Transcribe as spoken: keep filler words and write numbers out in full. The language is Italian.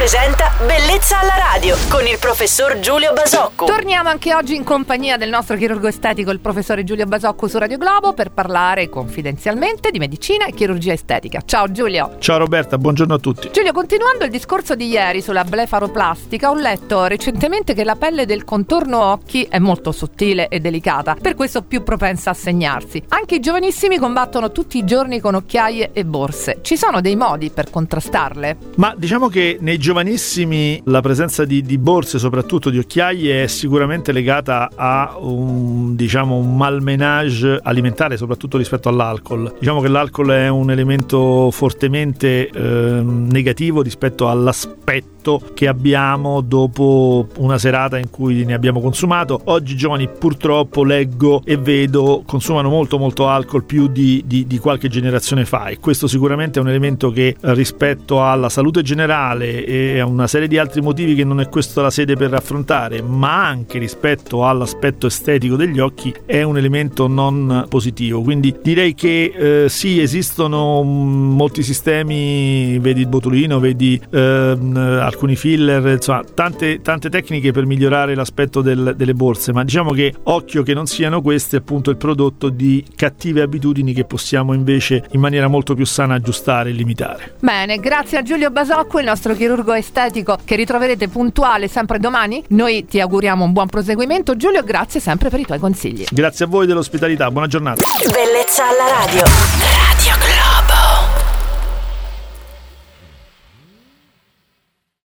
presenta Bellezza alla radio con il professor Giulio Basocco. Torniamo anche oggi in compagnia del nostro chirurgo estetico, il professore Giulio Basocco, su Radio Globo per parlare confidenzialmente di medicina e chirurgia estetica. Ciao Giulio. Ciao Roberta, buongiorno a tutti. Giulio, continuando il discorso di ieri sulla blefaroplastica, ho letto recentemente che la pelle del contorno occhi è molto sottile e delicata, per questo più propensa a segnarsi. Anche i giovanissimi combattono tutti i giorni con occhiaie e borse. Ci sono dei modi per contrastarle? Ma diciamo che nei giovanissimi la presenza di, di borse, soprattutto di occhiaie, è sicuramente legata a un, diciamo, un malmenage alimentare, soprattutto rispetto all'alcol. Diciamo che l'alcol è un elemento fortemente eh, negativo rispetto all'aspetto che abbiamo dopo una serata in cui ne abbiamo consumato. Oggi i giovani, purtroppo, leggo e vedo, consumano molto molto alcol, più di, di, di qualche generazione fa, e questo sicuramente è un elemento che rispetto alla salute generale e a una serie di altri motivi che non è questa la sede per affrontare, ma anche rispetto all'aspetto estetico degli occhi, è un elemento non positivo. Quindi direi che eh, sì, esistono molti sistemi, vedi il botulino, vedi eh, alcuni filler, insomma tante, tante tecniche per migliorare l'aspetto del, delle borse, ma diciamo che occhio che non siano queste appunto il prodotto di cattive abitudini che possiamo invece in maniera molto più sana aggiustare e limitare. Bene, grazie a Giulio Basocco, il nostro chirurgo estetico, che ritroverete puntuale sempre domani. Noi ti auguriamo un buon proseguimento, Giulio, grazie sempre per i tuoi consigli. Grazie a voi dell'ospitalità, buona giornata. Bellezza alla radio.